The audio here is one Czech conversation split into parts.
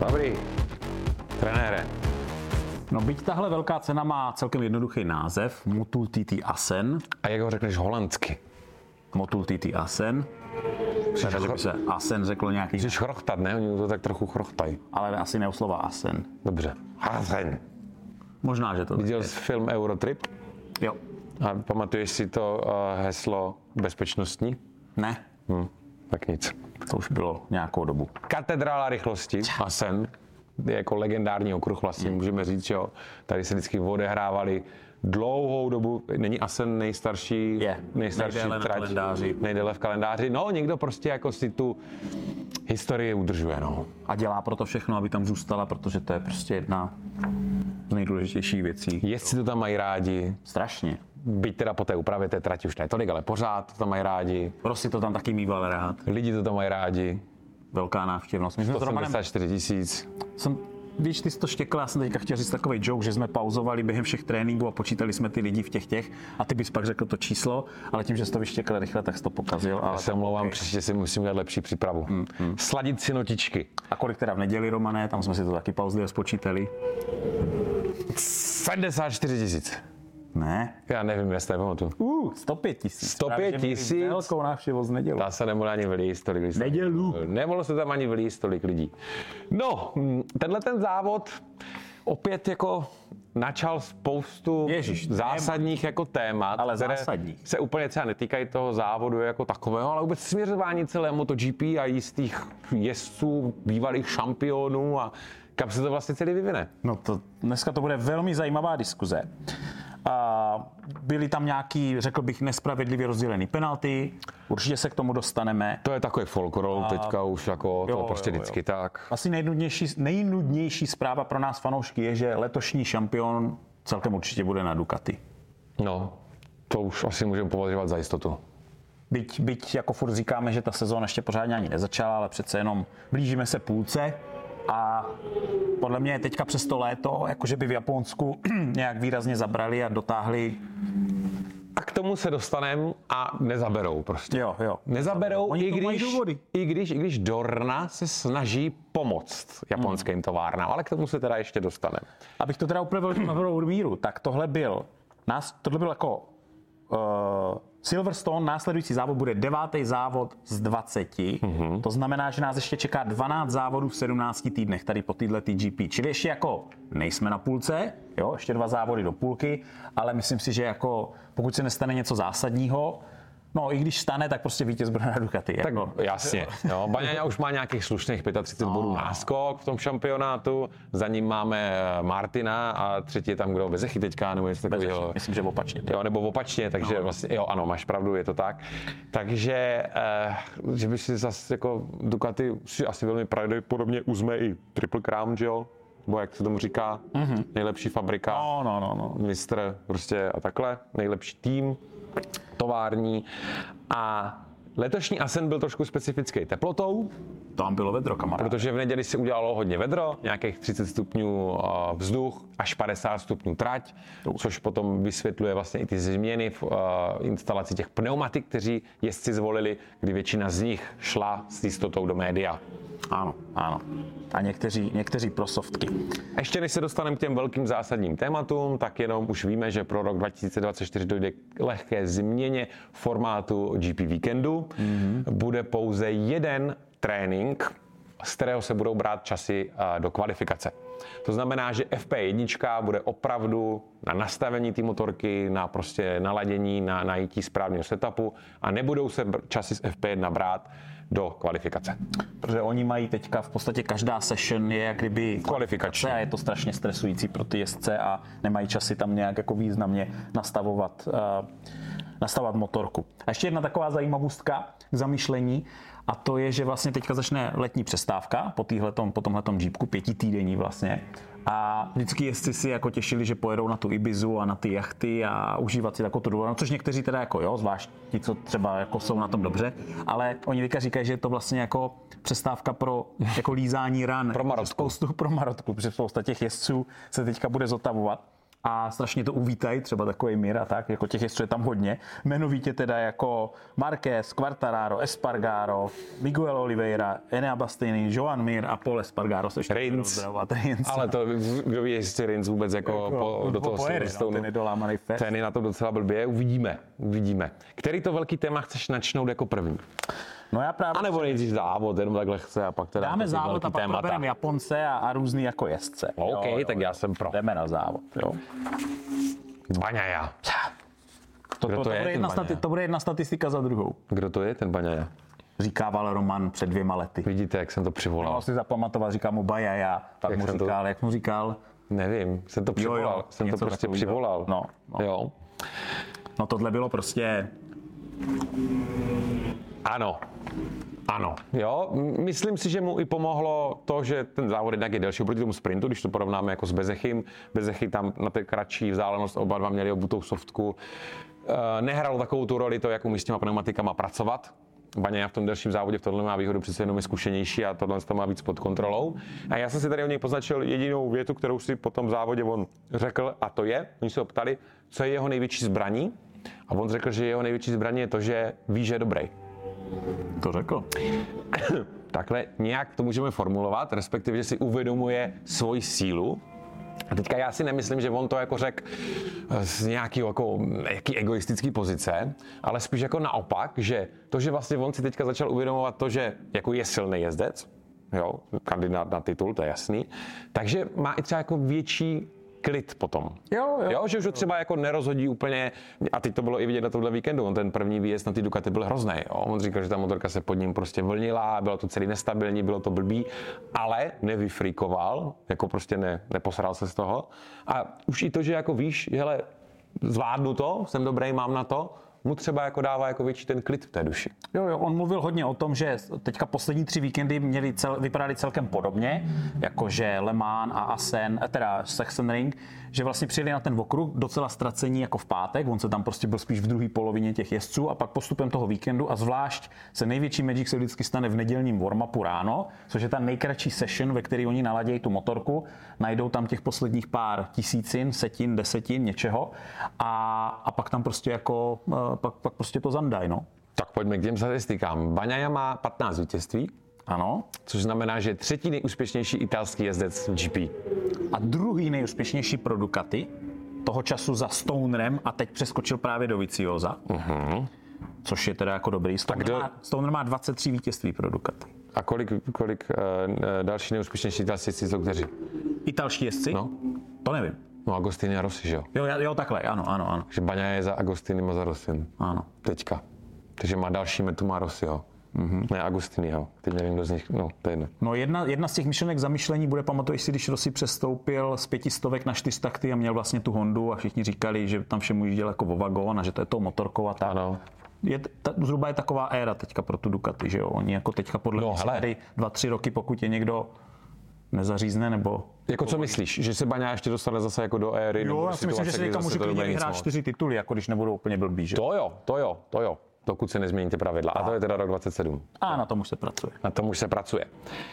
Dobrý. Trenére. No byť tahle velká cena má celkem jednoduchý název, Motul TT Assen. A jak ho řekneš holandsky? Motul TT Assen. Že by se Assen řeklo nějaký... Můžeš chrochtat, ne? Oni to tak trochu chrochtají. Ale asi ne u slova Assen. Dobře. Assen. Možná, že to Viděl jsi film Eurotrip? Jo. A pamatuješ si to heslo bezpečnostní? Ne. Tak nic. To už bylo nějakou dobu. Katedrála rychlosti, Assen, je jako legendární okruh vlastně, můžeme říct, že jo. Tady se vždycky odehrávaly dlouhou dobu, není Assen nejstarší trať, nejdéle v kalendáři. No, někdo prostě jako si tu historii udržuje, no. A dělá proto všechno, aby tam zůstala, protože to je prostě jedna z nejdůležitějších věcí. Jezdci to tam mají rádi. Strašně. Byť teda po té úpravě té trati už ne tolik, ale pořád to tam mají rádi. Rossi to tam taky mýval rád. Lidi to tam mají rádi. Velká návštěvnost. 174 000. Když ty jsi to štěkl, já jsem teďka chtěl říct takový joke, že jsme pauzovali během všech tréninků a počítali jsme ty lidi v těch a ty bys pak řekl to číslo, ale tím, že jsi to vyštěkl rychle, tak jsi to pokazil. Já se omlouvám, příště si musím dát lepší přípravu. Sladit si notičky. A kolik teda v neděli, Romane, tam jsme si to taky pauzli a spočítali. 74 000. Ne. Já nevím, jestli nepamatuju. 105 000. 105 000? Velkou návštěvu z nedělu. Dá se nemohlo ani vylízt tolik lidí. Nedělu. Nemohlo se tam ani vylízt tolik lidí. No, tenhle ten závod opět jako načal spoustu zásadních jako témat, ale které se úplně třeba netýkají toho závodu jako takového, ale vůbec směřování celé MotoGP a jistých jezdců, bývalých šampionů a kam se to vlastně celý vyvine. No to dneska to bude velmi zajímavá diskuze. Byly tam nějaký, řekl bych, nespravedlivě rozdělený penalty. Určitě se k tomu dostaneme. To je takový folklor teďka už jako to prostě vždycky tak. Asi nejnudnější zpráva pro nás fanoušky je, že letošní šampion celkem určitě bude na Ducati. No, to už asi můžeme považovat za jistotu. Byť jako furt říkáme, že ta sezóna ještě pořádně ani nezačala, ale přece jenom blížíme se půlce. A podle mě teďka přes to léto, jakože by v Japonsku nějak výrazně zabrali a dotáhli. A k tomu se dostaneme a nezaberou prostě. Jo. Nezaberou, i když Dorna se snaží pomoct japonským továrnám, ale k tomu se teda ještě dostaneme. Abych to teda upravil na prvou míru, tak tohle byl jako Silverstone, následující závod bude 9. závod z 20. To znamená, že nás ještě čeká 12 závodů v 17 týdnech tady po této GP. Čili ještě jako nejsme na půlce, jo, ještě 2 závody do půlky, ale myslím si, že jako pokud se nestane něco zásadního, no i když stane, tak prostě vítěz bude na Ducati. Tak jako. Jasně. Jo. Baňaňa už má nějakých slušných 35 bodů náskok v tom šampionátu. Za ním máme Martina a třetí je tam kdo? Bezechy teďka, nebo něco takového. Myslím, že opačně. Jo, nebo opačně, takže vlastně, jo, ano, máš pravdu, je to tak. Takže, že by si zase jako Ducati si asi velmi pravděpodobně uzme i Triple Crown, že jo? Nebo jak se tomu říká, nejlepší fabrika, mistr prostě a takhle, nejlepší tým tovární. A letošní Assen byl trošku specifický teplotou. Tam bylo vedro, kamarád. Protože v neděli se udělalo hodně vedro, nějakých 30 stupňů vzduch, až 50 stupňů trať, což potom vysvětluje vlastně i ty změny v instalaci těch pneumatik, kteří jezdci zvolili, kdy většina z nich šla s jistotou do média. Ano. A někteří pro softky. Ještě než se dostaneme k těm velkým zásadním tématům, tak jenom už víme, že pro rok 2024 dojde k lehké změně formátu GP víkendu. Bude pouze jeden trénink, z kterého se budou brát časy do kvalifikace. To znamená, že FP1 bude opravdu na nastavení té motorky, na prostě naladění, na najítí správného setupu a nebudou se časy z FP1 brát do kvalifikace. Protože oni mají teďka v podstatě každá session je jak kdyby kvalifikace a je to strašně stresující pro ty jezdce a nemají časy tam nějak jako významně nastavovat motorku. A ještě jedna taková zajímavostka k zamyšlení a to je, že vlastně teďka začne letní přestávka po tomhletom Jeepku, 5týdenní vlastně. A vždycky jezdci si jako těšili, že pojedou na tu Ibizu a na ty jachty a užívat si takovou tu dovolenou, což někteří teda jako jo, zvlášť ti, co třeba jako jsou na tom dobře, ale oni teďka říkají, že je to vlastně jako přestávka pro jako lízání ran. Pro marotku. Pro marotku, protože spousta těch jezdců se teďka bude zotavovat. a strašně to uvítají, třeba takový Mir a tak, jako těch jezdců je tam hodně. Jmenovitě teda jako Marquez, Quartararo, Espargaro, Miguel Oliveira, Enea Bastianini, Joan Mir a Paul Espargaro se ještě Rins. Ale to, kdo ví, jestli Rins vůbec jako do toho ten nedolámaný fest. Ten je na to docela blbě, uvidíme. Který to velký téma chceš načnout jako první? No já právě... A nebo nejdřív závod, jenom takhle chce a pak teda dáme závod a pak probereme Japonce a různý jako jezdce. OK, tak já jsem pro. Jdeme na závod, jo. Baňaja. To bude jedna statistika za druhou. Kdo to je ten Baňaja? Říkával Roman před 2 lety. Vidíte, jak jsem to přivolal. Mohl si zapamatovat, říká mu Bajaja, tak jak mu říkal? Nevím, jsem to přivolal. Jsem to prostě přivolal. No. Jo. No tohle bylo prostě... Ano. Jo, myslím si, že mu i pomohlo to, že ten závod jednak je delší proti tomu sprintu, když to porovnáme jako s Bezechym. Bezechy tam na té kratší vzdálenost oba dva měli obutou softku. Nehralo takovou tu roli to, jak umí s těma pneumatikama pracovat. Baňaja v tom delším závodě v tohle má výhodu, přece jenom je zkušenější a tohle to má víc pod kontrolou. A já jsem si tady od něj poznačil jedinou větu, kterou si po tom závodě on řekl, a to je, oni se ho ptali, co je jeho největší zbraní. A on řekl, že jeho největší zbraní je to, že ví, že je dobrý. To řekl. Takhle nějak to můžeme formulovat, respektive, že si uvědomuje svoji sílu. A teďka já si nemyslím, že on to jako řekl z nějaký egoistický pozice, ale spíš jako naopak, že to, že vlastně on si teďka začal uvědomovat to, že jako je silný jezdec, jo, kandidát na titul, to je jasný, takže má i třeba jako větší klid potom. Jo, že už ho třeba jako nerozhodí úplně, a teď to bylo i vidět na tomhle víkendu, on ten první výjezd na ty Ducati byl hrozný. On říkal, že ta motorka se pod ním prostě vlnila, bylo to celý nestabilní, bylo to blbý, ale nevyfrikoval, jako prostě neposral se z toho. A už i to, že jako víš, hele, zvládnu to, jsem dobrý, mám na to, mu třeba jako dává jako větší ten klid v té duši. Jo, on mluvil hodně o tom, že teďka poslední 3 víkendy vypadaly celkem podobně, jakože Le Mans a Assen, teda Sachsenring, že vlastně přijeli na ten okruh docela ztracení jako v pátek, on se tam prostě byl spíš v druhé polovině těch jezdců a pak postupem toho víkendu a zvlášť se největší magic se vždycky stane v nedělním warm-upu ráno, což je ta nejkratší session, ve které oni naladějí tu motorku, najdou tam těch posledních pár tisícin, setin, desetin, něčeho a pak tam prostě jako pak prostě to zandají, no. Tak pojďme k těm statistikám. Baňaja má 15 vítězství. Ano. Což znamená, že 3. nejúspěšnější italský jezdec v GP. A 2. nejúspěšnější pro Ducati, toho času za Stonerem a teď přeskočil právě do Viciosa. Což je teda jako dobrý. Stoner má 23 vítězství pro Ducati. A kolik další nejúspěšnější italští jezdci jsou kteří? Italští jezdci? No. To nevím. No Agostini a Rossi, že jo? Jo, takhle, ano. Takže Baňaja je za Agostini a za Rossim. Ano. Teďka. Takže má další metu, má Rossiho. Ne Agostiniho. Teď nevím, kdo z nich, no, to je jedno. No jedna z těch myšlenek zamyšlení bude, pamatuješ si, když Rossi přestoupil z 500 na 400 a měl vlastně tu Hondu a všichni říkali, že tam všemu jížděl jako o vagón a že to je tou motorkou a tak. Ano. Zhruba je taková éra teďka pro tu Ducati, že jo? Oni jako teďka podle mě tady 2-3 roky, pokud je někdo nezařízne, nebo... Jako co myslíš? Že se Baňaja ještě dostane zase jako do éry? Jo, já si myslím, že se teďka může klidně vyhrát 4 tituly, jako když nebudou úplně blbý, že? To jo. Dokud se nezmění ty pravidla. A to je teda rok 27. A na tom už se pracuje.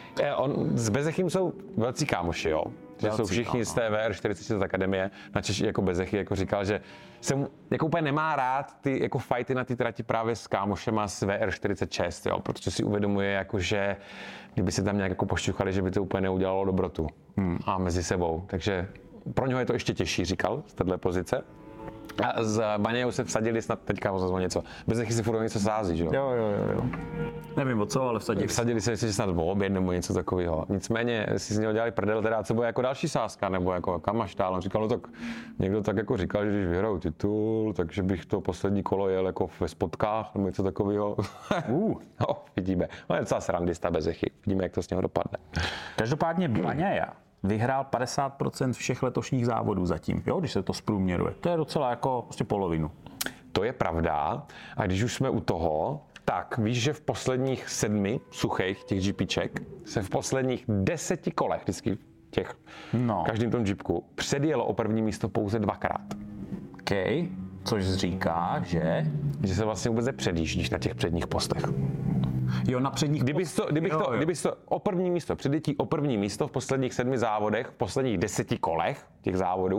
S Bezechym jsou velcí kámoši, jo. Že jsou všichni z té VR46 akademie. Načež jako Bezechy jako říkal, že se jako úplně nemá rád ty jako fighty na ty trati právě s kámošema z VR46, jo, protože si uvědomuje, jako, že kdyby se tam nějak jako pošťuchali, že by to úplně neudělalo dobrotu a mezi sebou. Takže pro něho je to ještě těžší, říkal z téhle pozice. A s Baňajou se vsadili snad teďka zazvo něco. Bezechy si furt něco sází, že jo? Jo. Nevím o co, ale vsadili. Vsadili se, že snad o oběd nebo něco takového. Nicméně si z něho dělali prdel, teda co bude jako další sázka, nebo jako kam až dál. On říkal, no tak někdo tak jako říkal, že když vyhraju titul, takže bych to poslední kolo jel jako ve spotkách nebo něco takového. No, vidíme. On je docela srandista Bezechy. Vidíme, jak to s něho dopadne. Každopádně Baňaja vyhrál 50% všech letošních závodů zatím, jo, když se to zprůměruje. To je docela jako prostě polovinu. To je pravda. A když už jsme u toho, tak víš, že v posledních 7 suchých těch GPček se v posledních 10 kolech vždycky těch každým tom GPku předjelo o první místo pouze 2krát. OK, což říká, že se vlastně vůbec nepředjíždíš na těch předních postech. Jo, na předních Kdybych to o první místo, předjetí o první místo v posledních 7 závodech, v posledních 10 kolech těch závodů,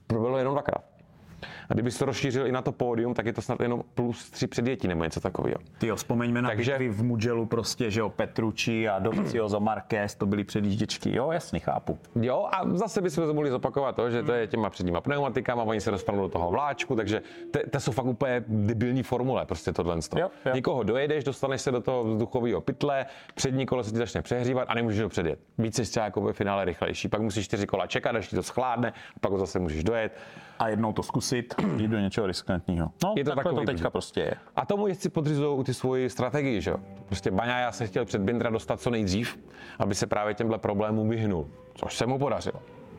bylo jenom dvakrát. A kdyby se to rozšířil i na to pódium, tak je to snad jenom +3 předjetí nebo něco takového. Tyjo, vzpomeňme na bitvy v Mugellu prostě, že jo, Petrucci a Dovizioso Marquez, to byly předjížděčky, jo, jasně, chápu. Jo, a zase bychom mohli zopakovat to, že to je těma předníma pneumatikama, oni se dostanou do toho vláčku, takže to jsou fakt úplně debilní formule, prostě tohle. Někoho dojedeš, dostaneš se do toho vzduchového pytle, přední kolo se ti začne přehřívat a nemůžeš ho předjet. Víc jsi třeba jako ve finále rychlejší, pak musíš 4 kola čekat, až ti to schládne, a pak ho zase můžeš dojet. A jednou to zkusit, jít do něčeho riskantního. No, je to takhle to teďka prostě je. A tomu jezdci podřizují ty svoji strategii, že jo. Prostě Bagnaia se chtěl před Bindra dostat co nejdřív, aby se právě těmhle problémům vyhnul, což se mu podařilo.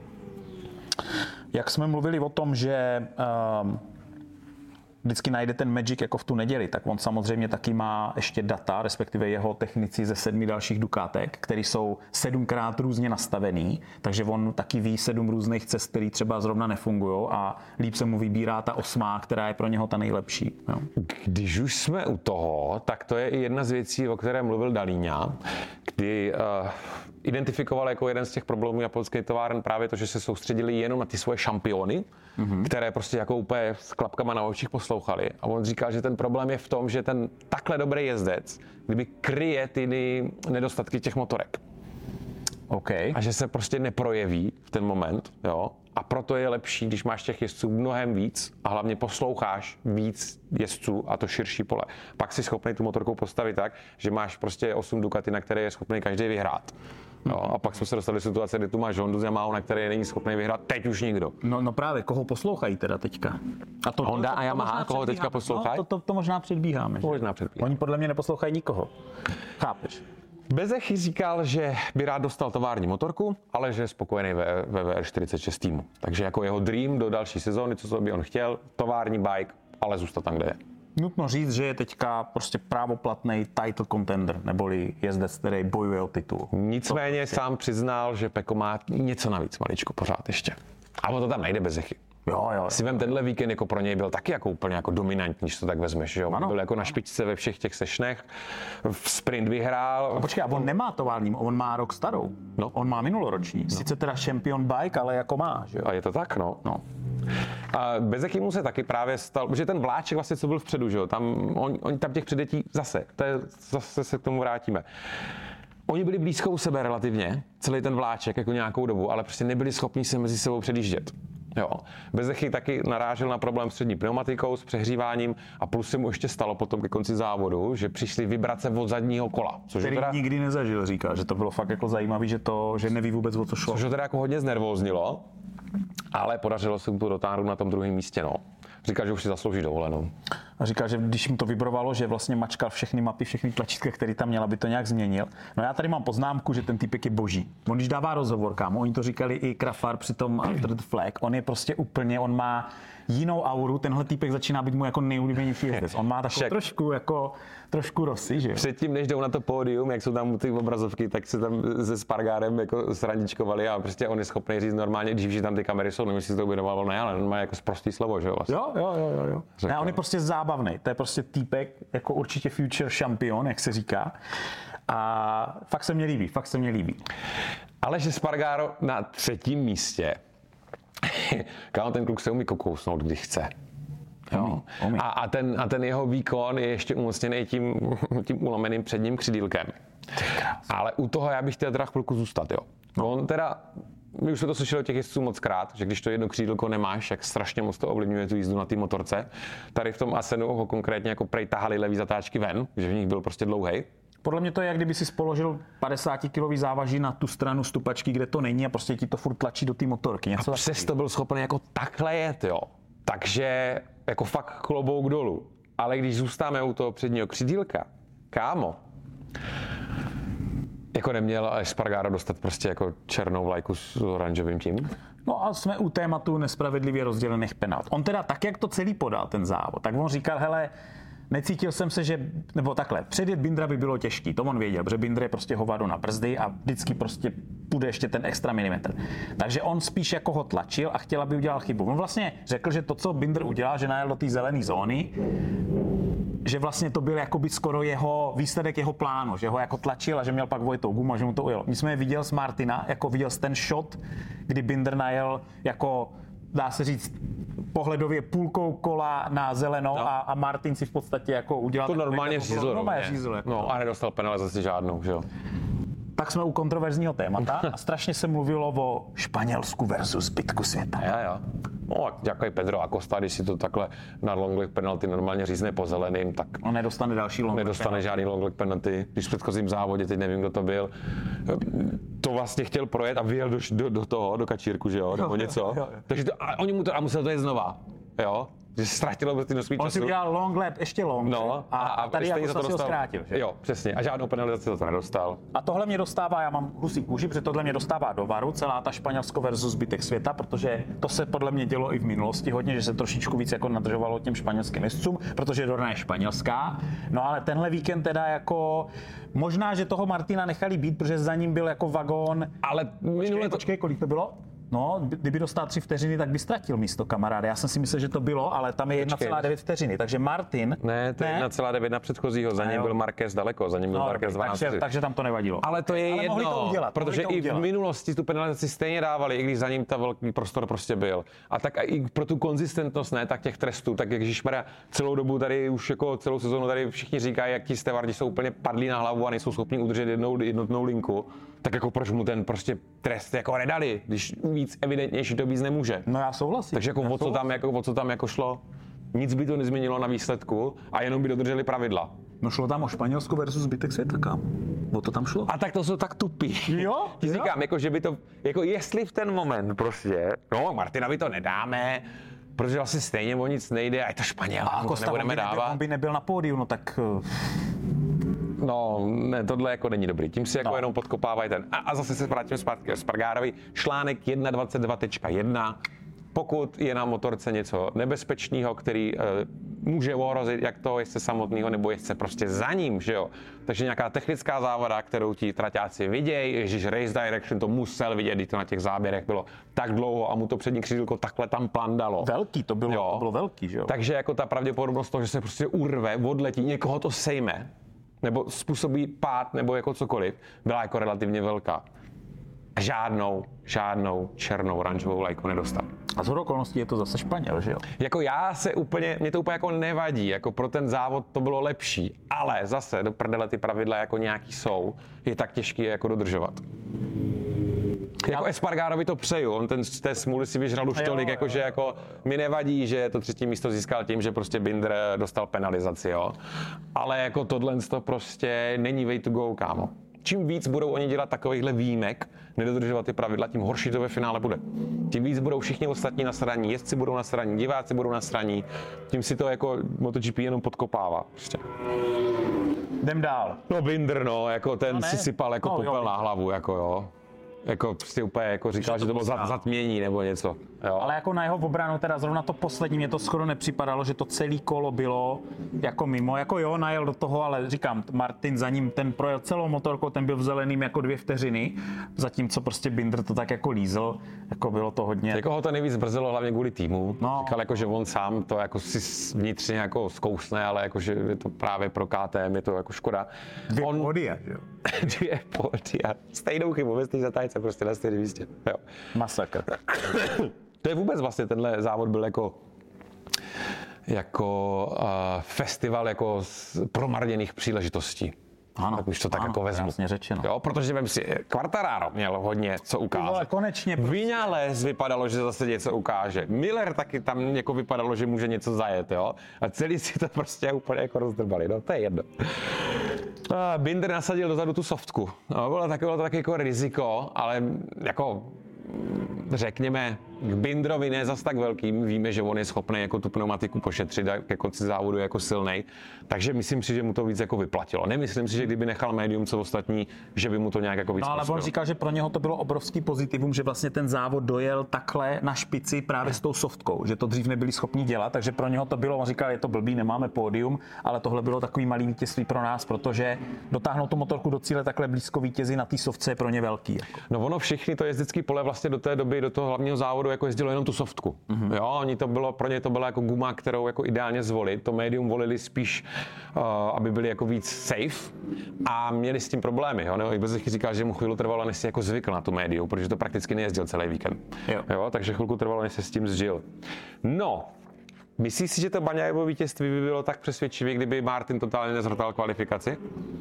Jak jsme mluvili o tom, že vždycky najde ten magic jako v tu neděli, tak on samozřejmě taky má ještě data, respektive jeho technici ze 7 dalších Ducatek, které jsou 7krát různě nastavený, takže on taky ví 7 různých cest, které třeba zrovna nefungují a líp se mu vybírá ta 8, která je pro něho ta nejlepší. Jo. Když už jsme u toho, tak to je i jedna z věcí, o které mluvil Dalíňa, kdy identifikoval jako jeden z těch problémů japonských továren právě to, že se soustředili jenom na ty svoje šampiony, které prostě jako úplně s klapkama na očích poslouchali. A on říkal, že ten problém je v tom, že ten takhle dobrý jezdec, kdyby kryje ty nedostatky těch motorek. Okay. A že se prostě neprojeví v ten moment, jo. A proto je lepší, když máš těch jezdců mnohem víc a hlavně posloucháš víc jezdců a to širší pole. Pak si schopný tu motorku postavit tak, že máš prostě 8 Ducati, na které je schopný každý vyhrát. No, a pak jsme se dostali do situace, kdy tu máš Hondu z Yamaha, na které není schopný vyhrát teď už nikdo. No právě, koho poslouchají teda teďka? A to Honda a Yamaha, koho teďka poslouchají? No, to možná předbíháme. Oni podle mě neposlouchají nikoho. Chápeš? Bezechy říkal, že by rád dostal tovární motorku, ale že je spokojený ve VR46 týmu. Takže jako jeho dream do další sezóny, co by on chtěl, tovární bike, ale zůstat tam, kde je. Nutno říct, že je teďka prostě právoplatný title contender, neboli jezdec, který bojuje o titul. Nicméně sám přiznal, že Pecco má něco navíc maličko pořád ještě. A on to tam najde Bezechy. Jo. Si vem tenhle víkend jako pro něj byl taky jako úplně jako dominantní, když to tak vezmeš, že jo? Ano. Byl jako na špičce ve všech těch sešnech, v sprint vyhrál. No počkej, a on nemá tovární, on má rok starou. No. On má minuloroční. No. Sice teda champion bike, ale jako má, že jo? A je to tak, no. A Bezechy mu se taky právě stal, protože ten vláček vlastně, co byl vpředu, že jo? Oni tam těch předjetí zase se k tomu vrátíme. Oni byli blízko u sebe relativně, celý ten vláček jako nějakou dobu, ale prostě nebyli schopni se mezi sebou předjíždět. Jo. Bezechy taky narážel na problém s přední pneumatikou, s přehříváním a plus se mu ještě stalo potom ke konci závodu, že přišly vibrace od zadního kola. Který teda nikdy nezažil, říká, že to bylo fakt jako zajímavý, že neví vůbec, o co šlo. Což ho teda jako hodně znervóznilo, ale podařilo se mu to dotáhnout na tom druhém místě, no. Říkal, že už si zaslouží dovolenou. A říkal, že když mu to vibrovalo, že vlastně mačkal všechny mapy, všechny tlačítka, které tam měl, aby to nějak změnil. No já tady mám poznámku, že ten týpek je boží. On když dává rozhovor, kámo, oni to říkali i Krafar při tom After the Flag, on je prostě úplně, on má jinou auru, tenhle týpek začíná být mu jako nejoblíbenější jezdec. On má takovou trošku Rossi, že jo? Předtím, než jdou na to pódium, jak jsou tam ty obrazovky, tak se tam se Spargarem jako srandičkovali a prostě on je schopný říct normálně, když že tam ty kamery jsou, nevím, jestli si to uvědomoval, ne, ale on má jako sprostý slovo, že jo? Vlastně. Jo. Ne, on je prostě zábavný, to je prostě týpek, jako určitě future champion, jak se říká. A fakt se mně líbí. Ale že Spargaro na 3. místě, kámo, ten kluk se umí kokousnout, když chce. Jo. A ten jeho výkon je ještě umocněný tím ulomeným předním křidílkem. Ale u toho já bych chtěl teda chvilku zůstat, jo. On teda, my už jsme to slyšeli od těch jezdců moc krát, že když to jedno křídlko nemáš, jak strašně moc to ovlivňuje tu jízdu na té motorce. Tady v tom Asenu ho konkrétně jako prej tahali levý zatáčky ven, že v nich byl prostě dlouhej. Podle mě to je, jak kdyby si položil 50-kilový závaží na tu stranu stupačky, kde to není a prostě ti to furt tlačí do té motorky. Něco a přesto byl schopný jako takhle jet, jo. Takže jako fakt klobouk dolů. Ale když zůstáme u toho předního křidílka, kámo, jako neměl Espargaro dostat prostě jako černou vlajku s oranžovým tím? No a jsme u tématu nespravedlivě rozdělených penalt. On teda tak, jak to celý podal, ten závod, tak on říkal, hele, necítil jsem se, že, nebo takhle, předjet Bindra by bylo těžký, to on věděl, protože Bindra je prostě hovado na brzdy a vždycky prostě půjde ještě ten extra milimetr. Takže on spíš jako ho tlačil a chtěl, aby udělal chybu. On vlastně řekl, že to, co Binder udělal, že najel do té zelené zóny, že vlastně to byl jakoby skoro jeho výsledek jeho plánu, že ho jako tlačil a že měl pak vojitou gumu a že mu to ujelo. My jsme viděl z Martina, jako viděl ten shot, kdy Binder najel jako dá se říct, pohledově půlkou kola na zeleno a Martin si v podstatě jako udělal... To normálně řízl. Jako a nedostal penalizaci žádnou, že jo. Tak jsme u kontroverzního témata a strašně se mluvilo o Španělsku versus zbytku světa. Jo. No, jako je Pedro Acosta, když si to takhle na long leg penalty normálně řízne po zeleným, tak... On nedostane další long leg Nedostane žádný long leg penalty. Když v předchozím závodě, teď nevím, kdo to byl, to vlastně chtěl projet a vyjel do kačírku, že jo, nebo něco. Jo. Takže a oni mu to, a musel to jet znova, jo. Že se ztratilo prostě množství času. On si udělal long lap, ještě long. A tady jako se ho zkrátil. Že? Jo, přesně. A žádnou penalizaci za to nedostal. A tohle mě dostává, já mám husí kůži, protože tohle mě dostává do varu, celá ta Španělsko versus zbytek světa, protože to se podle mě dělo i v minulosti hodně, že se trošičku víc jako nadržovalo těm španělským jezdcům, protože Dorna je španělská. No ale tenhle víkend teda jako možná, že toho Martina nechali být, protože za ním byl jako vagón. Ale Počkej, kolik to bylo? No, kdyby dostal 3 vteřiny, tak by ztratil místo, kamaráde. Já jsem si myslel, že to bylo, ale tam je 1,9 vteřiny. Takže Martin... Ne, to je 1,9 na předchozího, za ním byl Marquez daleko, za ním byl Marquez 12. Takže tam to nevadilo. Ale to je ale jedno, to udělat, protože i v minulosti tu penalizaci stejně dávali, i když za ním ta velký prostor prostě byl. A tak i pro tu konzistentnost, ne, tak těch trestů, tak ježišmarja, celou dobu tady už jako celou sezonu tady všichni říkají, jak ti stevardi jsou úplně padlí na hlavu a nejsou schopni udržet jednotnou linku. Tak jako proč mu ten prostě trest jako nedali, když víc evidentnější to víc nemůže. No já souhlasím. Takže jako o co tam jako šlo? Nic by to nezměnilo na výsledku a jenom by dodrželi pravidla. No šlo tam o Španělsko versus zbytek světa, kam? O to tam šlo. A tak to jsou tak tupí. Jo? Ti říkám, jako že by to, jako jestli v ten moment prostě, no Martinovi to nedáme, protože vlastně stejně o nic nejde a je to Španěl, a to nebudeme dávat. On by nebyl na pódiu, no tak... No, ne, tohle jako není dobrý. Tím si jako jenom podkopávají ten. A zase se vrátím zpátky k Spargarovi. Článek 1.22.1. Pokud je na motorce něco nebezpečného, který může ohrozit jak toho jezdce samotného, nebo jezdce prostě za ním, že jo. Takže nějaká technická závada, kterou ti traťáci vidějí, ježiš, Race Direction to musel vidět, když to na těch záběrech bylo tak dlouho a mu to přední křídlko takhle tam plandalo. Velký, to bylo velký, že jo. Takže jako ta pravděpodobnost toho, že se prostě urve, odletí, někoho to sejme, nebo způsobí pád, nebo jako cokoliv, byla jako relativně velká. Žádnou černou oranžovou lajku nedostal. A z okolností je to zase Španěl, že jo? Jako mě to úplně jako nevadí, jako pro ten závod to bylo lepší, ale zase do prdele ty pravidla jako nějaký jsou, je tak těžký je jako dodržovat. Jako Espargarovi to přeju, on té smůly si vyžral už tolik, jakože jako mi nevadí, že to 3. místo získal tím, že prostě Binder dostal penalizaci, jo. Ale jako tohle to prostě není way to go, kámo. Čím víc budou oni dělat takovýchhle výjimek, nedodržovat ty pravidla, tím horší to ve finále bude. Tím víc budou všichni ostatní nasraní, jezdci budou nasraní, diváci budou nasraní, tím si to jako MotoGP jenom podkopává. Prostě. Jdem dál. No Binder, no, jako ten si sypal jako popel na hlavu, jako jo. Jako prostě úplně jako říkal, že to bylo zatmění nebo něco. Jo. Ale jako na jeho obranu teda zrovna to poslední mě to skoro nepřipadalo, že to celé kolo bylo jako mimo. Jako jo, najel do toho, ale říkám, Martin za ním ten projel celou motorkou, ten byl v zeleným jako 2 vteřiny, zatímco prostě Binder to tak jako lízl, jako bylo to hodně. Jako ho to nejvíc brzelo hlavně kvůli týmu. No. Říkal jako, že on sám to jako si vnitřně jako zkousne, ale jako, že je to právě pro KTM, je to jako škoda. 2 pódia, jo. 2 pódia. Stejnou chybu, bez té zatájce prostě na stejném místě. Jo. Masakr. To je vůbec vlastně, tenhle závod byl jako festival jako promarněných příležitostí. Ano, tak už to tak jako vezmu. Jasně řečeno. Jo, protože vem si, Quartararo měl hodně co ukázat. Ale konečně. Vinales vypadalo, že zase něco ukáže. Miller taky tam jako vypadalo, že může něco zajet, jo. A celý si to prostě úplně jako rozdrbali, no to je jedno. Binder nasadil dozadu tu softku. No, bylo to taky jako riziko, ale jako řekněme, k Binderovi ne zas tak velkým, víme, že on je schopný jako tu pneumatiku pošetřit a ke konci závodu jako silnej, takže myslím si, že mu to víc jako vyplatilo. Nemyslím si, že kdyby nechal médium co ostatní, že by mu to nějak jako víc ale on říkal, že pro něho to bylo obrovský pozitivum, že vlastně ten závod dojel takhle na špici právě s tou softkou, že to dřív nebyli schopni dělat, takže pro něho to bylo, on říkal, je to blbý, nemáme pódium, ale tohle bylo takový malý vítězství pro nás, protože dotáhnout tu motorku do cíle takhle blízko vítězi na té softce je pro ně velký. Jako. No ono všechny to jezdecký pole vlastně do té doby, do toho hlavního závodu závodu jako jezdilo jenom tu softku. Jo, oni to bylo, pro ně to byla jako guma, kterou jako ideálně zvolit. To médium volili spíš, aby byli jako víc safe a měli s tím problémy. Jo? I Bezechy říkal, že mu chvíli trvalo, než si jako zvykl na tu médium, protože to prakticky nejezdil celý víkend. Jo, takže chvilku trvalo, než se s tím zžil. No, myslíš si, že to Bagnajevo vítězství by bylo tak přesvědčivý, kdyby Martin totálně nezhrtal kvalifikaci?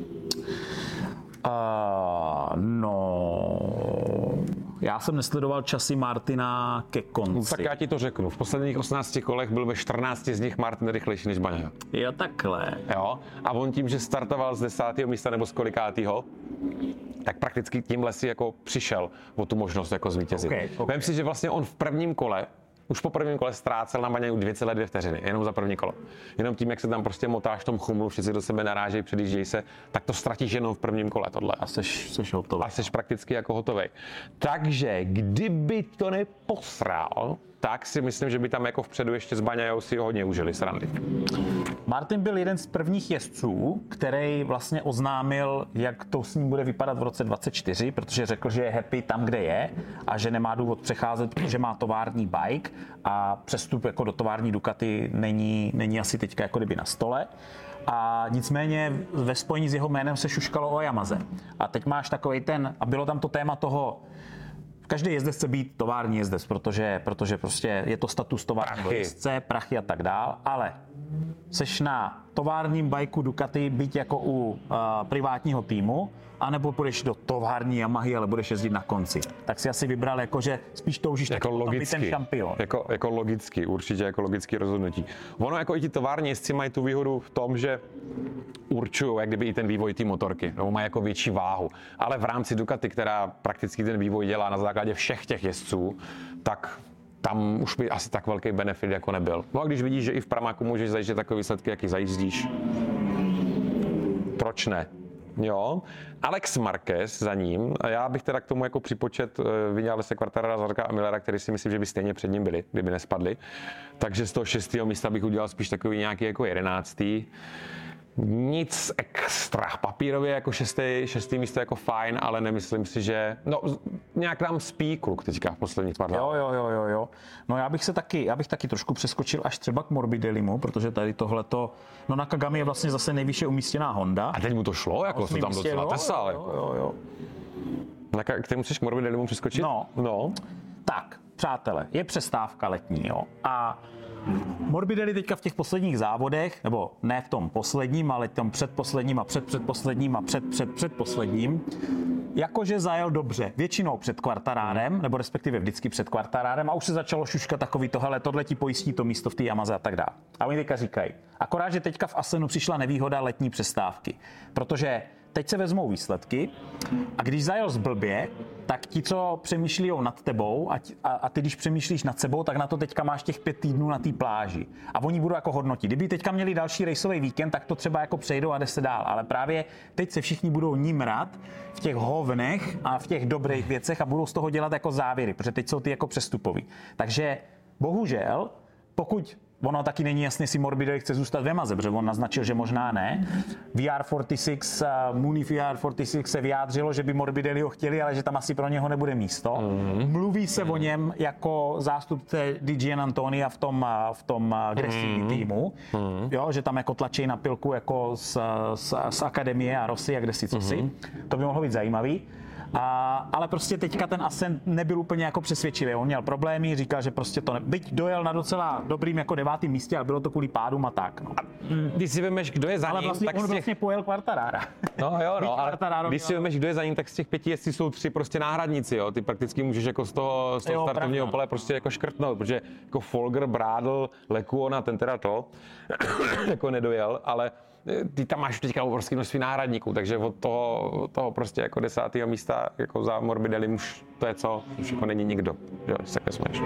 No, já jsem nesledoval časy Martina ke konci. No, tak já ti to řeknu. V posledních 18 kolech byl ve 14 z nich Martin rychlejší než Bagnajev. Jo, takhle. Jo, a on tím, že startoval z 10. místa nebo z kolikátýho, tak prakticky tímhle si jako přišel o tu možnost jako zvítězit. Okay. Vem si, že vlastně on v prvním kole, už po prvním kole ztrácel na Bagnajevu 2,2 vteřiny, jenom za první kolo. Jenom tím, jak se tam prostě motáš v tom chumlu, všichni do sebe narážejí, předjíždějí se, tak to ztratíš jenom v prvním kole tohle. A seš hotový. A seš prakticky jako hotovej. Takže kdyby to neposral, tak si myslím, že by tam jako vpředu ještě s Bagnajevom si hodně užili srandy. Martin byl jeden z prvních jezdců, který vlastně oznámil, jak to s ním bude vypadat v roce 2024, protože řekl, že je happy tam, kde je a že nemá důvod přecházet, protože má tovární bike a přestup jako do tovární Ducati není asi teďka jako kdyby na stole. A nicméně ve spojení s jeho jménem se šuškalo o Yamaze. A teď máš takovej ten, a bylo tam to téma toho, každý jezdec chce být tovární jezdec, protože prostě je to status továrního jezdce, prachy a tak dál, ale seš na továrním bajku Ducati být jako u privátního týmu, anebo půjdeš do tovární Yamahy, ale budeš jezdit na konci. Tak si asi vybral, jako, že spíš toužíš jako být ten šampion. Jako logicky, určitě jako logický rozhodnutí. Ono jako i ti tovární jezdci mají tu výhodu v tom, že určují jak kdyby i ten vývoj té motorky, nebo mají jako větší váhu. Ale v rámci Ducati, která prakticky ten vývoj dělá na základě všech těch jezdců, tak tam už by asi tak velký benefit jako nebyl. No a když vidíš, že i v Pramaku můžeš zajistit takové výsledky, jaký zajízdíš, proč ne? Jo, Alex Marquez za ním, a já bych teda k tomu jako připočet Vinalese, Quartarara, Zarca a Millera, který si myslím, že by stejně před ním byli, kdyby nespadli. Takže z toho 6. místa bych udělal spíš takový nějaký jako 11. Nic extra. Papírově jako šestý místo jako fajn, ale nemyslím si, že... No, nějak nám spí kluk teďka v posledních pár letech. Jo. No já bych taky trošku přeskočil až třeba k Morbidellimu, protože tady tohleto... No na Kagami je vlastně zase nejvýše umístěná Honda. A teď mu to šlo? Jako to tam docela tesal. Jo. K tému chceš k Morbidellimu přeskočit? No. Tak, přátelé, je přestávka letní, jo. A Morbidelli teďka v těch posledních závodech, nebo ne v tom posledním, ale tom předposledním a předposledním a předposledním, jakože zajel dobře, většinou před Quartararem, nebo respektive vždycky před Quartararem, a už se začalo šuškat takový tohle ti pojistí to místo v té Yamaze a tak dále. A oni teďka říkají, akorát, že teďka v Asenu přišla nevýhoda letní přestávky, protože teď se vezmou výsledky a když zajel zblbě, tak ti, co přemýšlí nad tebou a ty, když přemýšlíš nad sebou, tak na to teďka máš těch 5 týdnů na té pláži. A oni budou jako hodnotit. Kdyby teďka měli další rejsový víkend, tak to třeba jako přejdou a jde se dál. Ale právě teď se všichni budou nímrat v těch hovnech a v těch dobrých věcech a budou z toho dělat jako závěry, protože teď jsou ty jako přestupový. Takže bohužel, pokud ono taky není jasné, jestli Morbidelli chce zůstat v Yamaze, protože on naznačil, že možná ne. VR46, Mooney VR46 se vyjádřilo, že by Morbidelli ho chtěli, ale že tam asi pro něho nebude místo. Mluví se o něm jako zástupce Di Giannantonia v tom Gresini týmu, jo, že tam jako tlačí na pilku jako z akademie a Rossi a kdesi cosi. To by mohlo být zajímavý. Ale prostě teďka ten Assen nebyl úplně jako přesvědčivý. On měl problémy, říkal, že prostě to byť dojel na docela dobrým jako 9. místě, ale bylo to kvůli pádům a tak. No. Když si vemeš, kdo je za ním, vlastně, tak on vlastně pojel Quartarara. Ale když si vemeš, kdo je za ním, tak z těch 5 jezdců jsou 3 prostě náhradníci, jo. Ty prakticky můžeš jako z toho startovního pole prostě jako škrtnout, protože jako Folger, Brádl, Lekuona, ten teda to jako nedojel, ale ty tam máš teďka obrovské množství náhradníků, takže od toho prostě jako 10. místa jako za Morbidelli už to je co, už jako není nikdo, jo, se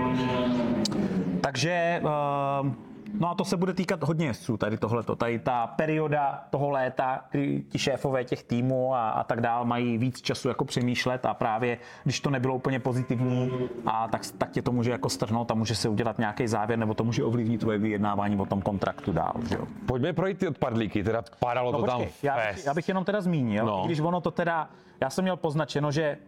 Takže no a to se bude týkat hodně jezdců, tady ta perioda toho léta, kdy ti šéfové těch týmů a tak dál mají víc času jako přemýšlet a právě když to nebylo úplně pozitivní, a tak tě to může jako strhnout a může se udělat nějaký závěr, nebo to může ovlivnit tvoje vyjednávání o tom kontraktu dál. Jo. Pojďme projít ty odpadlíky, teda padalo to počkej, tam já bych jenom teda zmínil, když ono to teda, já jsem měl poznačeno, že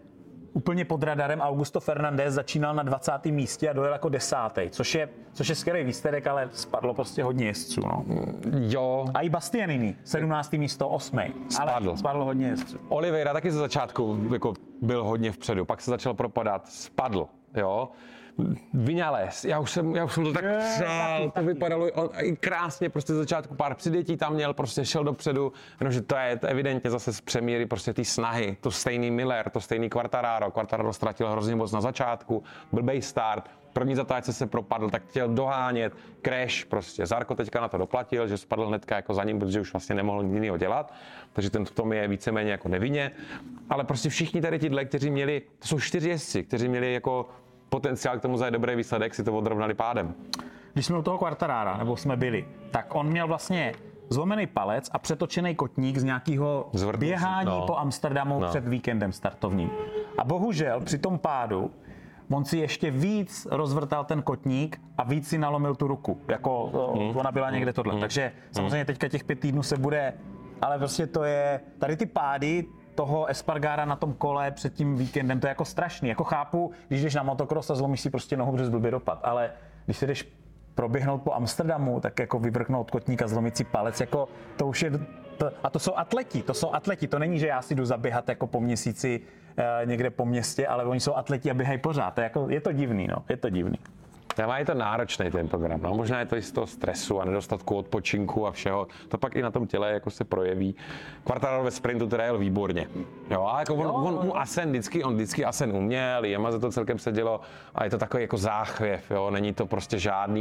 úplně pod radarem. Augusto Fernandez začínal na 20. místě a dojel jako 10. Což je skvělý výsledek, ale spadlo prostě hodně jezdců. No. Jo. A i Bastianini, 17. místo, 8. Ale spadlo hodně jezdců. Oliveira taky ze začátku jako byl hodně vpředu, pak se začal propadat, spadl, jo. Vinales, já už jsem to tak přál, to vypadalo i krásně, prostě z začátku pár předjetí tam měl, prostě šel dopředu, jenomže to je evidentně zase z přemíry prostě ty snahy, to stejný Miller, to stejný Quartararo ztratil hrozně moc na začátku, blbej start, první zatáčce se propadl, tak chtěl dohánět, crash prostě, Zarco teďka na to doplatil, že spadl hnedka jako za ním, protože už vlastně nemohl nic jiného dělat, takže ten v tom je víceméně jako nevinně, ale prostě všichni tady tyhle, kteří měli, to jsou 4 jezdci, kteří měli jako potenciál k tomu za dobrý výsledek, si to odrovnali pádem. Když jsme u toho Quartarara, nebo jsme byli, tak on měl vlastně zlomený palec a přetočený kotník z nějakého běhání po Amsterdamu před víkendem startovním. A bohužel při tom pádu on si ještě víc rozvrtal ten kotník a víc si nalomil tu ruku, jako ona byla někde tohle. Takže samozřejmě teďka těch 5 týdnů se bude, ale prostě to je, tady ty pády toho Espargara na tom kole před tím víkendem, to je jako strašný. Jako chápu, když jdeš na motocross a zlomíš si prostě nohu, protože blbě dopad, ale když se jdeš proběhnout po Amsterdamu, tak jako vyvrknout kotník a zlomit si palec, jako to už je, a to jsou atleti, to není, že já si jdu zaběhat jako po měsíci někde po městě, ale oni jsou atleti a běhají pořád, je to divný, no, je to divný. Je to náročný ten program, no. Možná je to i z toho stresu a nedostatku odpočinku a všeho. To pak i na tom těle jako se projeví. Quartararo ve sprintu teda jel výborně. Jo, a jako on vždycky Asen uměl, Yamaze to celkem sedělo a je to takový jako záchvěv, jo. Není to prostě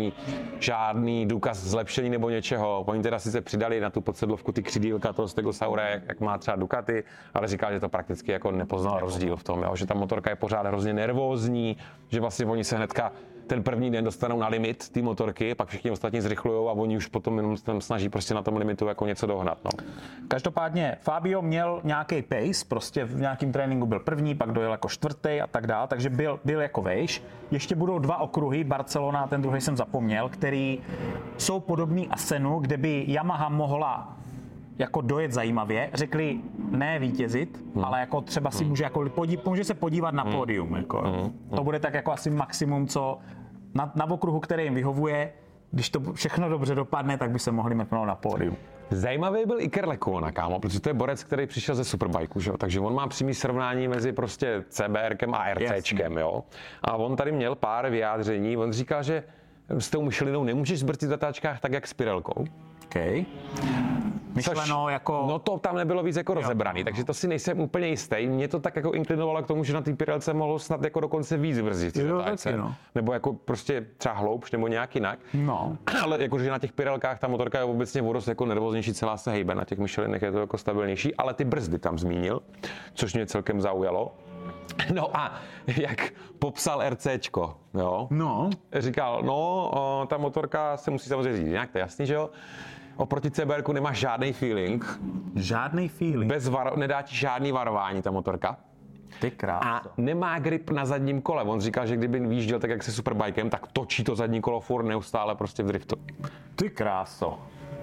žádný důkaz zlepšení nebo něčeho. Oni teda sice přidali na tu podsedlovku ty křidílka toho Stegosaura, jak má třeba Ducati, ale říkal, že to prakticky jako nepoznal rozdíl v tom, jo. Že ta motorka je pořád hrozně nervózní, že vlastně oni se hnedka ten první den dostanou na limit ty motorky, pak všichni ostatní zrychlujou a oni už potom jenom snaží prostě na tom limitu jako něco dohnat. No. Každopádně Fabio měl nějaký pace, prostě v nějakém tréninku byl první, pak dojel jako 4. a tak dále, takže byl jako vejš. Ještě budou 2 okruhy, Barcelona a ten druhý jsem zapomněl, který jsou podobný Asenu, kde by Yamaha mohla jako dojet zajímavě, řekli ne vítězit, ale jako třeba si může se podívat na pódium. Jako. To bude tak jako asi maximum, co na okruhu, který jim vyhovuje, když to všechno dobře dopadne, tak by se mohli mrknout na pódium. Zajímavý byl Iker Lecuona, kámo, protože to je borec, který přišel ze Superbikeu, že jo? Takže on má přímý srovnání mezi prostě CBRkem a RCčkem, jo. A on tady měl pár vyjádření, on říkal, že s tou Michelinou nemůžeš zbrtit v zatáčkách tak, jak s Pirelkou. Okay. Myšleno jako... No to tam nebylo víc jako rozebraný, takže to si nejsem úplně jistý. Mě to tak jako inklinovalo k tomu, že na té Pirelce mohlo snad jako dokonce víc brzdit. Nebo jako prostě třeba hloubš nebo nějak jinak. No. Ale jakože na těch Pirelkách ta motorka je obecně o dost jako nervóznější, celá se hejbe, na těch Michelinech je to jako stabilnější, ale ty brzdy tam zmínil, což mě celkem zaujalo. No a jak popsal RCčko, jo? No. Říkal, ta motorka se musí samozřejmě říct jinak, to je jasný, že jo? Oproti CBRku nemáš žádný feeling. Žádný feeling? Nedá ti žádný varování ta motorka. Ty kráso. A nemá grip na zadním kole. On říkal, že kdyby výjížděl tak, jak se Superbikem, tak točí to zadní kolo furt neustále prostě v driftu. Ty kráso.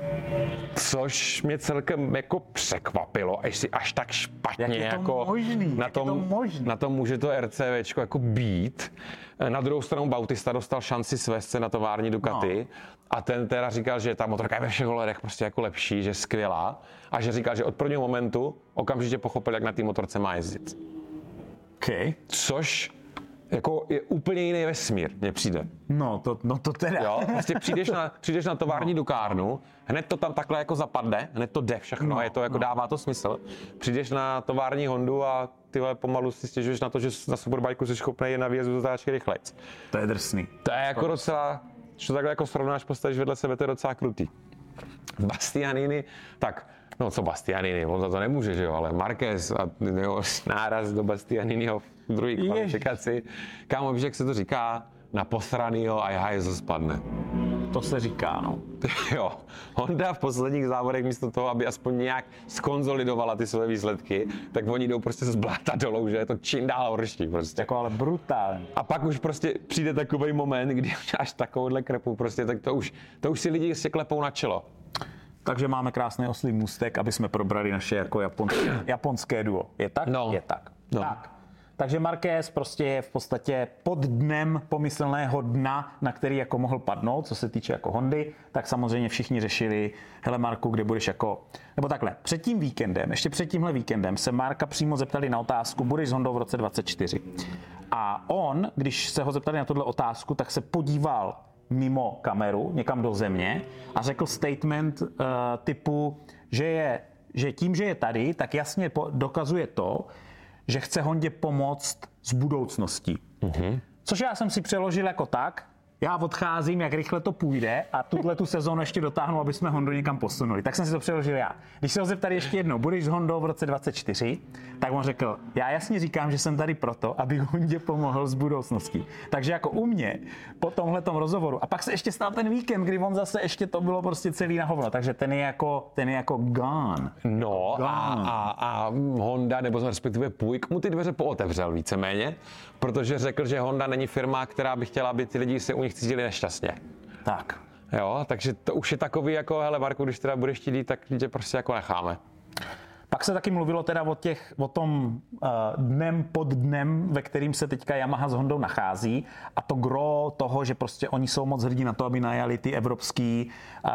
Což mě celkem jako překvapilo, až tak špatně jako možný? Na tom může to RCVčko jako být. Na druhou stranu Bautista dostal šanci svést se na tovární Ducati a ten teda říkal, že ta motorka je ve všech ohledech prostě jako lepší, že je skvělá a že říkal, že od prvního momentu okamžitě pochopil, jak na té motorce má jezdit. Okay. Což jako je úplně jiný vesmír, mně přijde. No to teda. Jo, prostě přijdeš na tovární Dukárnu, hned to tam takhle jako zapadne, hned to jde všechno, je to jako dává to smysl. Přijdeš na tovární Hondu a tyhle pomalu si stěžuješ na to, že na Superbikeu jsi schopný je na výjezdu do zatáčky rychlejc. To je drsný. To je jako docela, když to takhle jako srovnáš, postavíš vedle sebe, to je docela krutý. Bastianini, tak no co Bastianini, on za to nemůže, že jo, ale Marquez a jo, náraz do Bastianiniho v druhé kvalifikaci. Kámo, víš, jak se to říká? Na posranýho a hajzl spadne. To se říká, no. Jo, Honda v posledních závodech místo toho, aby aspoň nějak skonzolidovala ty své výsledky, tak oni jdou prostě z bláta dolů, že je to čím dál horší prostě. Jako ale brutálně. A pak už prostě přijde takovej moment, kdy máš takovouhle krepu prostě, tak to už si lidi si klepou na čelo. Takže máme krásný oslý můstek, aby jsme probrali naše jako japonské duo. Je tak? No. Je tak. No. Tak. Takže Marquez prostě je v podstatě pod dnem pomyslného dna, na který jako mohl padnout, co se týče jako Hondy, tak samozřejmě všichni řešili, hele Marku, kde budeš jako, nebo takhle, před tím víkendem, ještě před tímhle víkendem se Marka přímo zeptali na otázku, budeš s Hondou v roce 2024. A on, když se ho zeptali na tuhle otázku, tak se podíval mimo kameru, někam do země a řekl statement typu, že tím, že je tady, tak jasně dokazuje to, že chce Hondě pomoct s budoucností. Mm-hmm. Což já jsem si přeložil jako tak, já odcházím, jak rychle to půjde a tu sezónu ještě dotáhnu, aby jsme Hondu někam posunuli. Tak jsem si to přeložil já. Když se ho zeptali ještě jednou, budeš s Hondou v roce 2024, tak on řekl, já jasně říkám, že jsem tady proto, abych Hondě pomohl s budoucností. Takže jako u mě, po tomhletom rozhovoru, a pak se ještě stal ten víkend, kdy on zase ještě to bylo prostě celý na hovno, takže ten je jako gone. No gone. A Honda, nebo respektive Puig mu ty dveře pootevřel víceméně, protože řekl, že Honda není firma, která by chtěla, aby ty lidi se u nich cítili nešťastně. Tak. Jo, takže to už je takový jako, hele Marku, když teda budeš chtít, tak tě prostě jako necháme. Pak se taky mluvilo teda o tom dnem pod dnem, ve kterým se teďka Yamaha s Hondou nachází, a to gro toho, že prostě oni jsou moc hrdí na to, aby najali ty evropský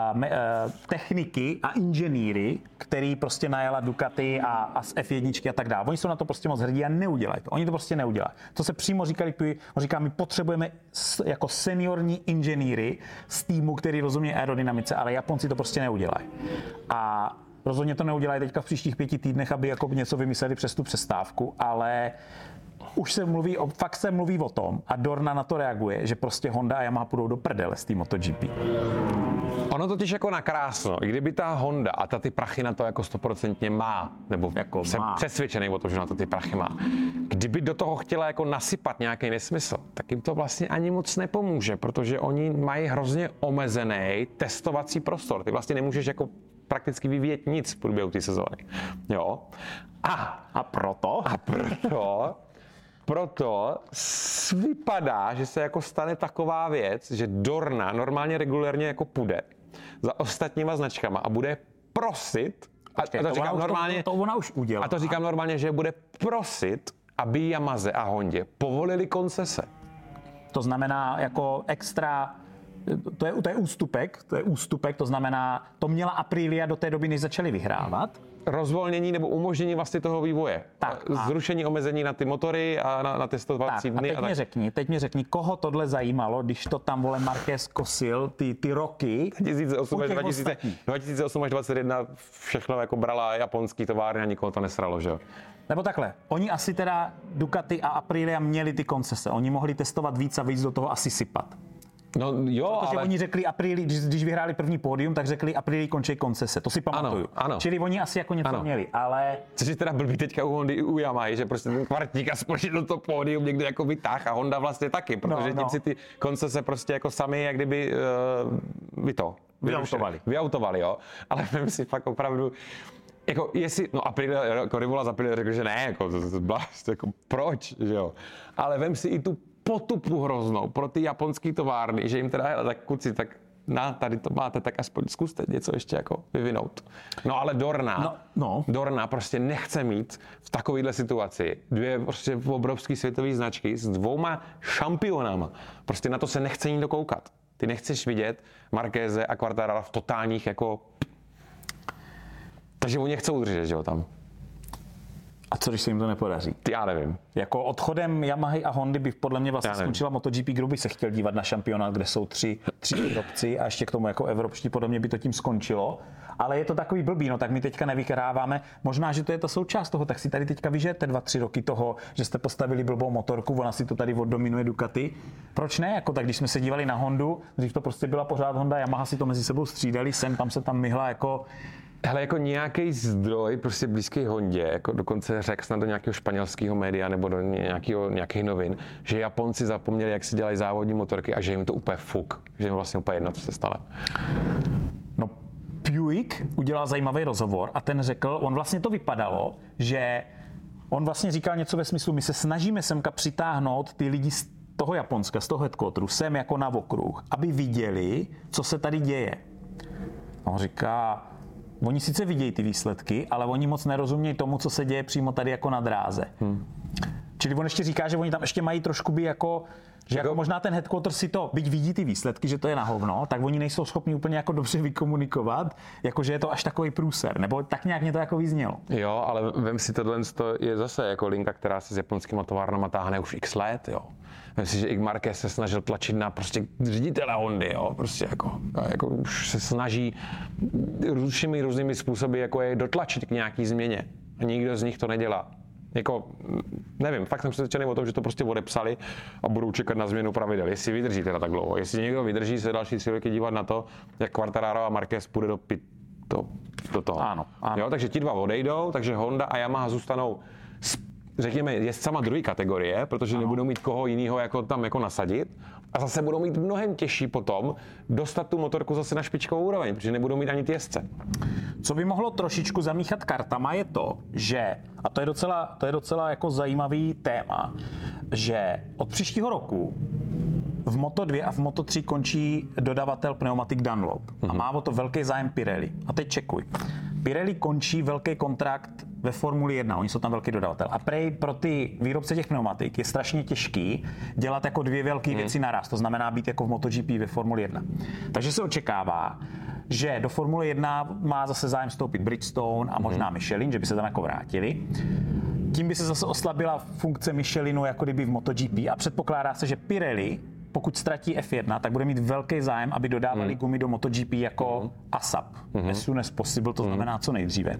techniky a inženýry, který prostě najala Ducati a z F1 a tak dále. Oni jsou na to prostě moc hrdí a neudělají to. Oni to prostě neudělají. To se přímo říkali, on říká, my potřebujeme jako seniorní inženýry z týmu, který rozumí aerodynamice, ale Japonci to prostě neudělají. A rozhodně to neudělají teďka v příštích 5 týdnech, aby jako něco vymysleli přes tu přestávku, ale už fakt se mluví o tom a Dorna na to reaguje, že prostě Honda a Yamaha půjdou do prdele z té MotoGP. Ono totiž jako nakrásno, i kdyby ta Honda a ta ty prachy na to jako 100% má, nebo jako jsem přesvědčený o tom, že na to ty prachy má, kdyby do toho chtěla jako nasypat nějaký nesmysl, tak jim to vlastně ani moc nepomůže, protože oni mají hrozně omezený testovací prostor. Ty vlastně nemůžeš jako prakticky vyvíjet nic v průběhu té sezóny. Jo. A proto vypadá, že se jako stane taková věc, že Dorna normálně regulérně jako půjde za ostatníma značkama a bude prosit, to ona už udělá. A to říkám normálně, že bude prosit, aby Yamaze a Hondě povolili koncese. To znamená jako extra. To je ústupek, to znamená, to měla Aprilia do té doby, než začali vyhrávat. Rozvolnění nebo umožnění vlastně toho vývoje. Zrušení omezení na ty motory a na testovací dny. A teď mi řekni, koho tohle zajímalo, když to tam Marquez kosil ty roky. 2008 až 2021 všechno jako brala japonský továrny a nikoho to nesralo, že jo? Nebo takhle, oni asi teda Ducati a Aprilia měli ty koncese, oni mohli testovat víc a víc do toho asi sypat. No jo, protože oni řekli Aprilii, když vyhráli první pódium, tak řekli Aprilii končí koncese, to si pamatuju. Ano. Čili oni asi jako něco měli, ale... Což je teda blbý teďka u Hondy i u Yamahy, že prostě ten kvartík aspoň do toho pódium někde jako vytáh a Honda vlastně taky, protože tím si ty koncese prostě jako sami jak kdyby vyautovali, jo. Ale vem si fakt opravdu, jako jestli, no Aprilia, jako Rivola z Aprilia řekl, že ne, jako proč, že jo. Ale vem si i tu potupu hroznou pro ty japonský továrny, že jim teda, tak kuci, tak tady to máte, tak aspoň zkuste něco ještě jako vyvinout. No ale Dorna prostě nechce mít v takovéhle situaci dvě prostě obrovský světové značky s 2 šampionama. Prostě na to se nechce nikdo koukat. Ty nechceš vidět Marqueze a Quartarara v totálních jako... Takže oni chcou udržet, že jo, tam. A co, když se jim to nepodaří? Já nevím. Jako odchodem Yamahy a Hondy by podle mě vlastně skončila MotoGP, kdo by se chtěl dívat na šampionát, kde jsou 3 výrobci a ještě k tomu jako evropští, podle mě by to tím skončilo. Ale je to takový blbý, no tak my teďka nevyhráváme. Možná, že to je ta součást toho, tak si tady teďka vyžijete 2-3 roky toho, že jste postavili blbou motorku, ona si to tady oddominuje Ducati. Proč ne? Jako tak, když jsme se dívali na Hondu, když to prostě byla pořád Honda, Yamaha si to mezi sebou střídali, tam se tam myhla jako... Hele, jako nějaký zdroj, prostě blízký Hondě, jako dokonce řekl snad do nějakého španělského média nebo do nějakých novin, že Japonci zapomněli, jak si dělají závodní motorky a že jim to úplně fuk, že jim vlastně úplně jedno, co se stane. No, Puig udělal zajímavý rozhovor a ten řekl, on vlastně to vypadalo, že on vlastně říkal něco ve smyslu, my se snažíme semka přitáhnout ty lidi z toho Japonska, z toho headquarteru, sem jako na okruh, aby viděli, co se tady děje. On říká, oni sice vidějí ty výsledky, ale oni moc nerozumějí tomu, co se děje přímo tady jako na dráze. Čili on ještě říká, že oni tam ještě mají trošku by jako, že jako možná ten headquarter si to, byť vidí ty výsledky, že to je na hovno, tak oni nejsou schopni úplně jako dobře vykomunikovat, jakože je to až takový průser, nebo tak nějak mě to jako vyznělo. Jo, ale vem si tohle, to je zase jako linka, která se s japonskými továrnama táhne už x let, jo. Vem si, že i Marquez se snažil tlačit na prostě ředitele Hondy, jo, prostě jako už se snaží všemi různými způsoby jako je dotlačit k nějaký změně a nikdo z nich to nedělá. Jako, nevím, fakt jsem přesvědčený o tom, že to prostě odepsali a budou čekat na změnu pravidel, jestli vydrží teda tak dlouho. Jestli někdo vydrží se další 3 roky dívat na to, jak Quartararo a Marquez půjde do toho. Ano. Jo, takže ti dva odejdou, takže Honda a Yamaha zůstanou řekněme, jezdcama druhé kategorie, protože nebudou mít koho jiného jako tam jako nasadit a zase budou mít mnohem těžší potom dostat tu motorku zase na špičkovou úroveň, protože nebudou mít ani ty jezdce. Co by mohlo trošičku zamíchat kartama je to, že, a to je docela jako zajímavý téma, že od příštího roku v Moto2 a v Moto3 končí dodavatel pneumatik Dunlop a má o to velký zájem Pirelli. A teď čekuj. Pirelli končí velký kontrakt ve Formuli 1, oni jsou tam velký dodavatel. A pro ty výrobce těch pneumatik je strašně těžký dělat jako 2 velké věci naraz. To znamená být jako v MotoGP ve Formuli 1. Takže se očekává, že do Formule 1 má zase zájem vstoupit Bridgestone a možná Michelin, že by se tam jako vrátili. Tím by se zase oslabila funkce Michelinu jako kdyby v MotoGP a předpokládá se, že Pirelli, pokud ztratí F1, tak bude mít velký zájem, aby dodávali gumy do MotoGP jako ASAP. As soon as possible, to znamená co nejdříve.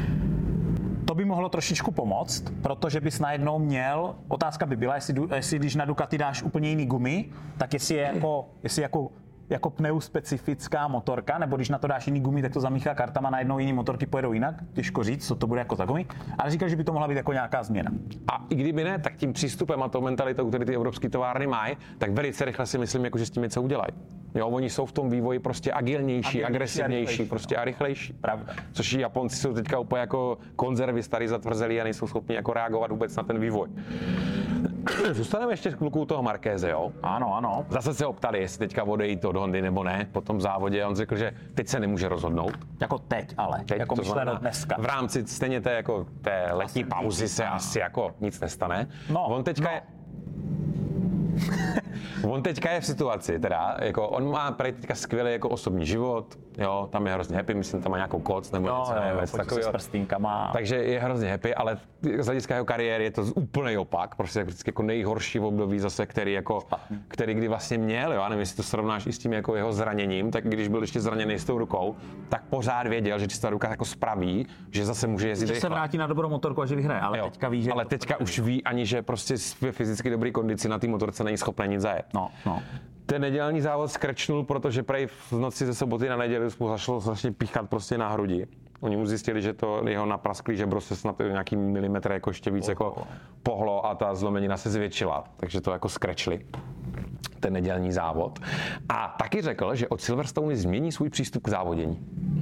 To by mohlo trošičku pomoct, protože bys najednou měl, otázka by byla, jestli když na Ducati dáš úplně jiný gumy, tak jestli je jako pneuspecifická motorka, nebo když na to dáš jiný gumy, tak to zamíchá kartama, najednou jiný motorky pojedou jinak, těžko říct, co to bude jako za gumy, ale říkáš, že by to mohla být jako nějaká změna. A i kdyby ne, tak tím přístupem a tou mentalitou, který ty evropské továrny mají, tak velice rychle si myslím, jako, že s tím něco udělají. Jo, oni jsou v tom vývoji prostě agilnější, agresivnější, prostě a rychlejší. Pravda. Což Japonci jsou teďka úplně jako konzervy starý zatvrzelí a nejsou schopni jako reagovat vůbec na ten vývoj. Zůstaneme ještě chvilku u toho Marqueze, jo? Ano. Zase se optali, jestli teďka odejít od Hondy nebo ne po tom závodě. On řekl, že teď se nemůže rozhodnout. Jako teď, ale. Teď, jako myšleno dneska. V rámci stejně té letní pauzy se asi jako nic nestane. On teďka je v situaci, teda, jako on má teďka skvělý jako osobní život, jo, tam je hrozně happy, myslím, tam má nějakou koc nebo něco takového. S prstínkama. Takže je hrozně happy, ale z hlediska jeho kariéry je to úplný opak, prostě jako nejhorší období zase, který kdy vlastně měl, jo, a nevím, jestli to srovnáš i s tím jako jeho zraněním, tak když byl ještě zraněný s tou rukou, tak pořád věděl, že když ta ruka jako spraví, že zase může jezdit rychle. Že se vrátí na dobrou motorku a že vyhraje, ale teďka ví, že ale teďka už ví ani, že prostě ve fyzicky dobré kondici na té motorce není schopný nic zajet. No. Ten nedělní závod skrčnul, protože prej v noci ze soboty na neděli začalo strašně píchat prostě na hrudi. Oni mu zjistili, že to jeho naprasklý žebro se snad nějaký milimetr jako ještě víc jako pohlo a ta zlomenina se zvětšila, takže to jako skrčli ten nedělní závod. A taky řekl, že od Silverstone změní svůj přístup k závodění.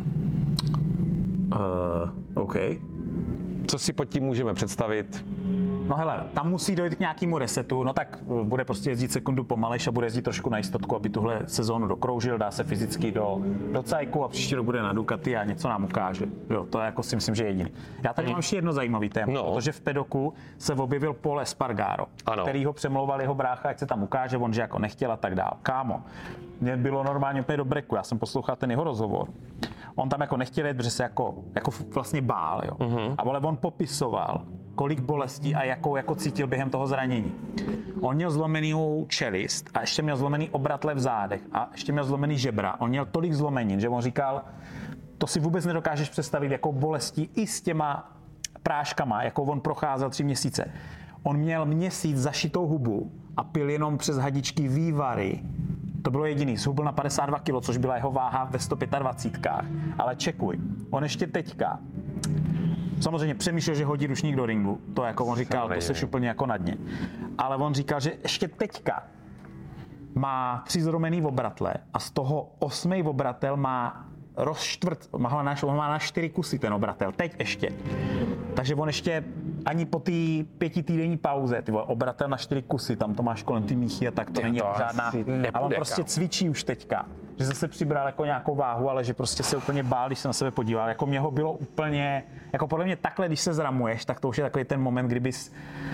OK. Co si pod tím můžeme představit? No hele, tam musí dojít k nějakému resetu, no tak bude prostě jezdit sekundu pomalejš a bude jezdit trošku na jistotku, aby tuhle sezónu dokroužil, dá se fyzicky do cajku a příští rok bude na Ducati a něco nám ukáže. Jo, to jako si myslím, že je jediný. Já tady mám ještě jedno zajímavý téma, protože v pedoku se objevil Pol Espargaro, který ho přemlouval jeho brácha, ať se tam ukáže, on že jako nechtěl a tak dál. Kámo, mě bylo normálně úplně do breku, já jsem poslouchal ten jeho rozhovor. On tam jako nechtěl jet, protože se jako vlastně bál, jo. A on popisoval, kolik bolestí a jakou jako cítil během toho zranění. On měl zlomený čelist a ještě měl zlomený obratle v zádech a ještě měl zlomený žebra. On měl tolik zlomenin, že on říkal, to si vůbec nedokážeš představit, jakou bolestí i s těma práškama, jakou on procházel 3 měsíce. On měl měsíc zašitou hubu a pil jenom přes hadičky vývary. To bylo jediný, zhubil na 52 kg, což byla jeho váha ve 125. Ale čekuj, on ještě teďka samozřejmě přemýšlel, že hodí ručník do ringu. To jako on říkal, to seš úplně jako na dně. Ale on říkal, že ještě teďka má 3 zlomený obratle a z toho 8. obratel má má na 4 kusy ten obratel. Teď ještě. Takže on ještě ani po té 5týdenní pauze, obratel na 4 kusy, tam to máš kolem ty míchy a tak to není žádná. A on prostě cvičí už teďka. Že zase přibral jako nějakou váhu, ale že prostě se úplně bál, když se na sebe podíval. Jako mě ho bylo úplně, jako podle mě takhle, když se zramuješ, tak to už je takový ten moment, kdybys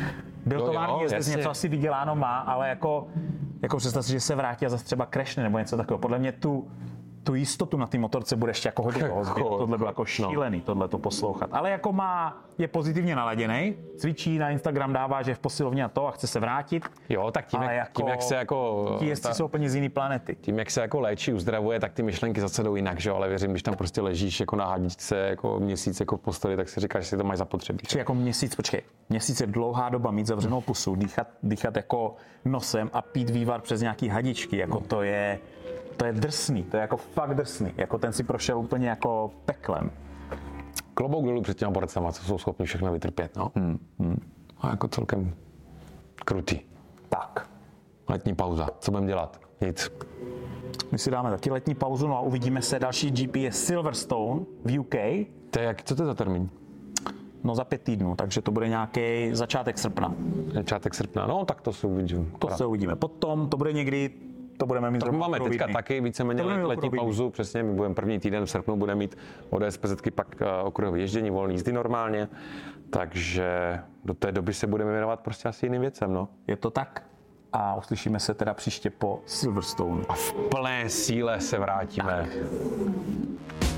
Byl Jo, tovární jezdec, jasně. něco asi vyděláno má, ale jako představ si, že se vrátí a zase třeba crashne nebo něco takového. Podle mě tu jistotu na té motorce bude ještě jako hodně toho zbyt. Tohle bylo jako šílený, tohle to poslouchat. Ale jako je pozitivně naladěnej, cvičí, na Instagram dává, že je v posilovně a to a chce se vrátit. Jo, tak tím, jak se jako... Ti jezdci jsou úplně z jiný planety. Tím, jak se jako léčí, uzdravuje, tak ty myšlenky zase jdou jinak, že jo? Ale věřím, když tam prostě ležíš jako na hadičce jako měsíc jako v posteli, tak si říkáš, že si to máš zapotřebí. Či jako měsíc je dlouhá doba mít zavřenou pusu, dýchat jako nosem a pít vývar přes nějaký hadičky, jako to je drsný, to je jako fakt drsný, jako ten si prošel úplně jako peklem. Klobouk dolů před těma borcama, co jsou schopni všechno vytrpět, no. A jako celkem krutý. Tak. Letní pauza, co budeme dělat? Nic. My si dáme taky letní pauzu, no a uvidíme se. Další GP je Silverstone v UK. Co to je za termín? No za 5 týdnů, takže to bude nějaký začátek srpna. Začátek srpna, no tak to se uvidíme. To se uvidíme. Potom to bude někdy, to budeme mít tak máme teďka taky víceméně letní pauzu, přesně, my budeme první týden v srpnu, budeme mít od SPZky pak okruhové ježdění, volný jízdy normálně, takže do té doby se budeme věnovat prostě asi jiným věcem, no. Je to tak? A uslyšíme se teda příště po Silverstone. A v plné síle se vrátíme. Tak.